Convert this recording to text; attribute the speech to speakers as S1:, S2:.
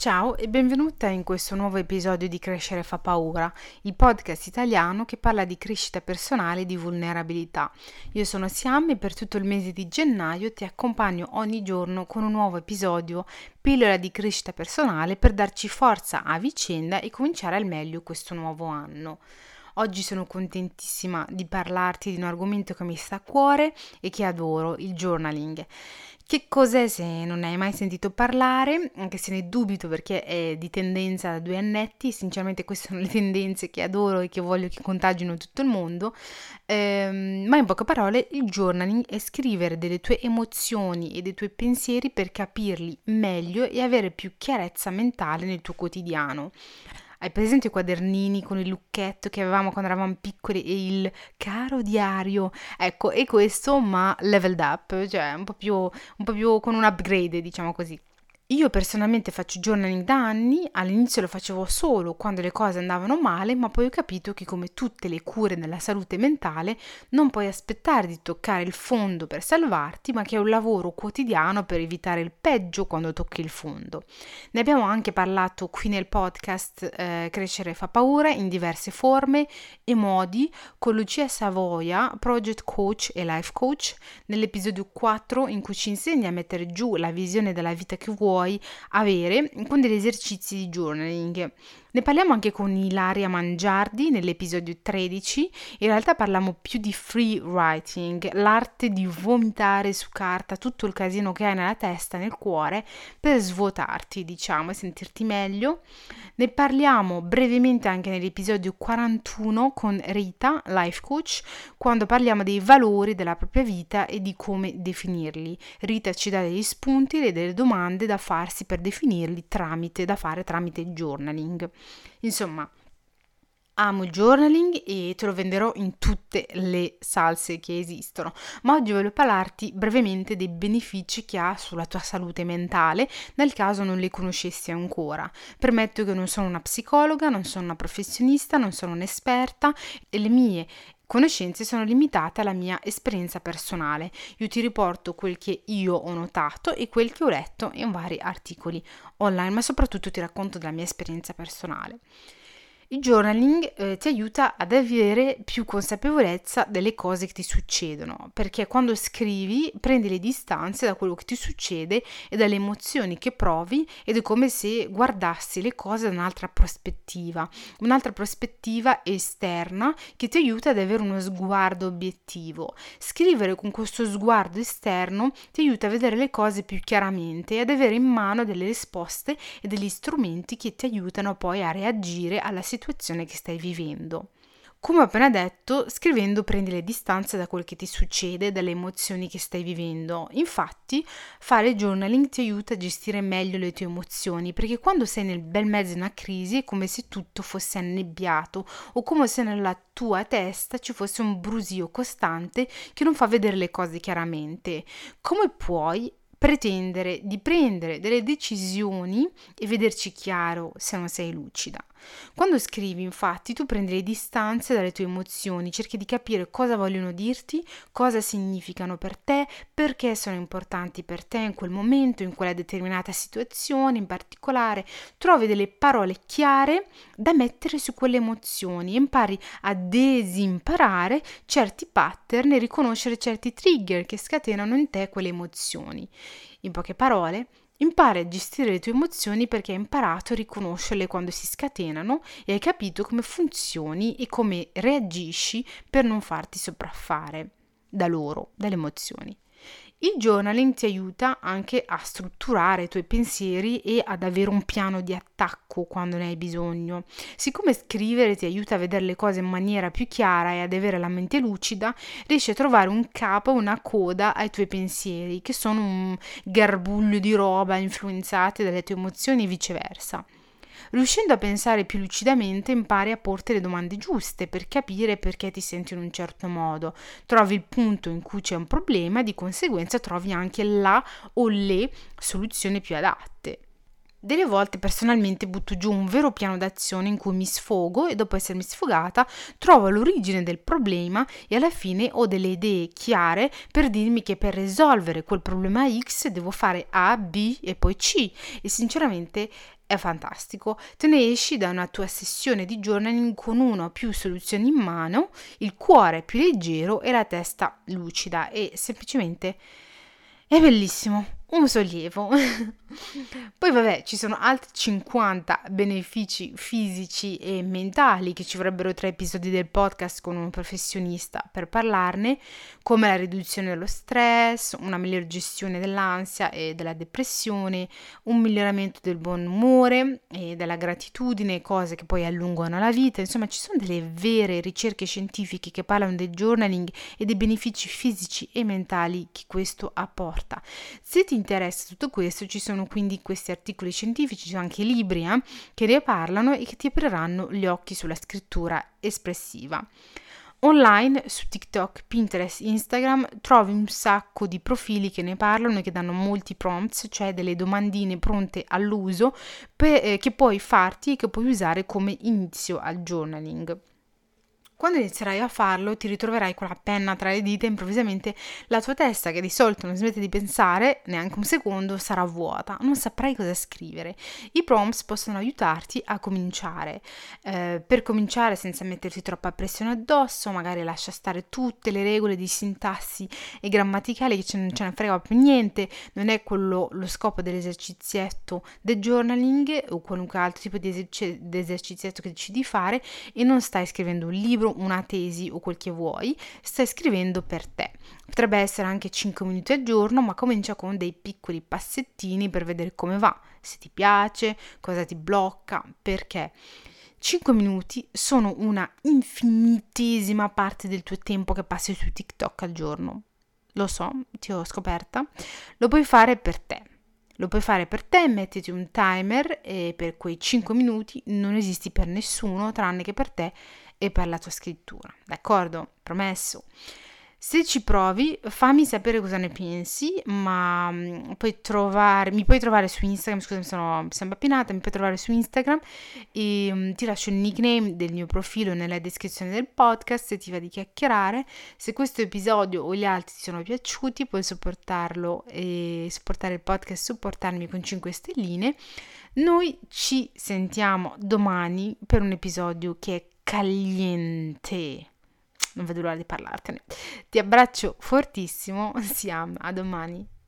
S1: Ciao e benvenuta in questo nuovo episodio di Crescere fa paura, il podcast italiano che parla di crescita personale e di vulnerabilità. Io sono Siam e per tutto il mese di gennaio ti accompagno ogni giorno con un nuovo episodio, pillola di crescita personale per darci forza a vicenda e cominciare al meglio questo nuovo anno. Oggi sono contentissima di parlarti di un argomento che mi sta a cuore e che adoro, il journaling. Che cos'è se non ne hai mai sentito parlare? Anche se ne dubito perché è di tendenza da 2 annetti, sinceramente queste sono le tendenze che adoro e che voglio che contagino tutto il mondo, ma in poche parole il journaling è scrivere delle tue emozioni e dei tuoi pensieri per capirli meglio e avere più chiarezza mentale nel tuo quotidiano. Hai presente i quadernini con il lucchetto che avevamo quando eravamo piccoli e il caro diario? Ecco, è questo ma leveled up, cioè un po' più con un upgrade, diciamo così. Io personalmente faccio journaling da anni, all'inizio lo facevo solo quando le cose andavano male, ma poi ho capito che come tutte le cure nella salute mentale non puoi aspettare di toccare il fondo per salvarti, ma che è un lavoro quotidiano per evitare il peggio quando tocchi il fondo. Ne abbiamo anche parlato qui nel podcast Crescere fa paura in diverse forme e modi con Lucia Savoia, project coach e life coach, nell'episodio 4 in cui ci insegna a mettere giù la visione della vita che vuoi avere con degli esercizi di journaling. Ne parliamo anche con Ilaria Mangiardi nell'episodio 13. In realtà parliamo più di free writing, l'arte di vomitare su carta tutto il casino che hai nella testa, nel cuore, per svuotarti, diciamo, e sentirti meglio. Ne parliamo brevemente anche nell'episodio 41 con Rita, life coach, quando parliamo dei valori della propria vita e di come definirli. Rita ci dà degli spunti e delle domande da farsi per definirli tramite journaling. Insomma, amo il journaling e te lo venderò in tutte le salse che esistono, ma oggi voglio parlarti brevemente dei benefici che ha sulla tua salute mentale nel caso non le conoscessi ancora. Permetto che non sono una psicologa, non sono una professionista, non sono un'esperta e le mie conoscenze sono limitate alla mia esperienza personale. Io ti riporto quel che io ho notato e quel che ho letto in vari articoli online, ma soprattutto ti racconto della mia esperienza personale. Il journaling ti aiuta ad avere più consapevolezza delle cose che ti succedono, perché quando scrivi prendi le distanze da quello che ti succede e dalle emozioni che provi ed è come se guardassi le cose da un'altra prospettiva esterna che ti aiuta ad avere uno sguardo obiettivo. Scrivere con questo sguardo esterno ti aiuta a vedere le cose più chiaramente e ad avere in mano delle risposte e degli strumenti che ti aiutano poi a reagire alla situazione che stai vivendo. Come ho appena detto, scrivendo prendi le distanze da quel che ti succede, dalle emozioni che stai vivendo. Infatti, fare journaling ti aiuta a gestire meglio le tue emozioni, perché quando sei nel bel mezzo di una crisi è come se tutto fosse annebbiato o come se nella tua testa ci fosse un brusio costante che non fa vedere le cose chiaramente. Come puoi pretendere di prendere delle decisioni e vederci chiaro se non sei lucida? Quando scrivi, infatti, tu prendi le distanze dalle tue emozioni, cerchi di capire cosa vogliono dirti, cosa significano per te, perché sono importanti per te in quel momento, in quella determinata situazione in particolare. Trovi delle parole chiare da mettere su quelle emozioni e impari a desimparare certi pattern e riconoscere certi trigger che scatenano in te quelle emozioni. In poche parole, impari a gestire le tue emozioni perché hai imparato a riconoscerle quando si scatenano e hai capito come funzioni e come reagisci per non farti sopraffare da loro, dalle emozioni. Il journaling ti aiuta anche a strutturare i tuoi pensieri e ad avere un piano di attacco quando ne hai bisogno. Siccome scrivere ti aiuta a vedere le cose in maniera più chiara e ad avere la mente lucida, riesci a trovare un capo, una coda ai tuoi pensieri, che sono un garbuglio di roba influenzate dalle tue emozioni e viceversa. Riuscendo a pensare più lucidamente impari a porti le domande giuste per capire perché ti senti in un certo modo. Trovi il punto in cui c'è un problema e di conseguenza trovi anche la o le soluzioni più adatte. Delle volte personalmente butto giù un vero piano d'azione in cui mi sfogo e dopo essermi sfogata trovo l'origine del problema e alla fine ho delle idee chiare per dirmi che per risolvere quel problema X devo fare A, B e poi C e sinceramente è fantastico. Te ne esci da una tua sessione di journaling con una o più soluzioni in mano, il cuore più leggero e la testa lucida e semplicemente è bellissimo, un sollievo. Poi vabbè, ci sono altri 50 benefici fisici e mentali che ci vorrebbero 3 episodi del podcast con un professionista per parlarne, come la riduzione dello stress, una migliore gestione dell'ansia e della depressione, un miglioramento del buon umore e della gratitudine, cose che poi allungano la vita. Insomma, ci sono delle vere ricerche scientifiche che parlano del journaling e dei benefici fisici e mentali che questo apporta. Se ti interessa tutto questo, ci sono quindi questi articoli scientifici, ci sono anche libri che ne parlano e che ti apriranno gli occhi sulla scrittura espressiva. Online, su TikTok, Pinterest, Instagram, trovi un sacco di profili che ne parlano e che danno molti prompts, cioè delle domandine pronte all'uso che puoi farti e che puoi usare come inizio al journaling. Quando inizierai a farlo ti ritroverai con la penna tra le dita e improvvisamente la tua testa, che di solito non smette di pensare neanche un secondo, sarà vuota, non saprai cosa scrivere. I prompts possono aiutarti a cominciare. Per cominciare senza metterti troppa pressione addosso, magari lascia stare tutte le regole di sintassi e grammaticali che non ce ne frega più niente, non è quello lo scopo dell'esercizietto del journaling o qualunque altro tipo di esercizietto che decidi di fare, e non stai scrivendo un libro, una tesi o quel che vuoi, stai scrivendo per te. Potrebbe essere anche 5 minuti al giorno, ma comincia con dei piccoli passettini per vedere come va, se ti piace, cosa ti blocca, perché 5 minuti sono una infinitesima parte del tuo tempo che passi su TikTok al giorno. Lo so, ti ho scoperta. Lo puoi fare per te. Lo puoi fare per te, mettiti un timer e per quei 5 minuti non esisti per nessuno tranne che per te e per la tua scrittura, d'accordo? Promesso. Se ci provi, fammi sapere cosa ne pensi, ma mi puoi trovare su Instagram, scusa mi sono impappinata, mi puoi trovare su Instagram e ti lascio il nickname del mio profilo nella descrizione del podcast se ti va di chiacchierare. Se questo episodio o gli altri ti sono piaciuti, puoi supportarlo e supportare il podcast, supportarmi con 5 stelline. Noi ci sentiamo domani per un episodio che è caliente. Non vedo l'ora di parlartene. Ti abbraccio fortissimo, Siam, a domani.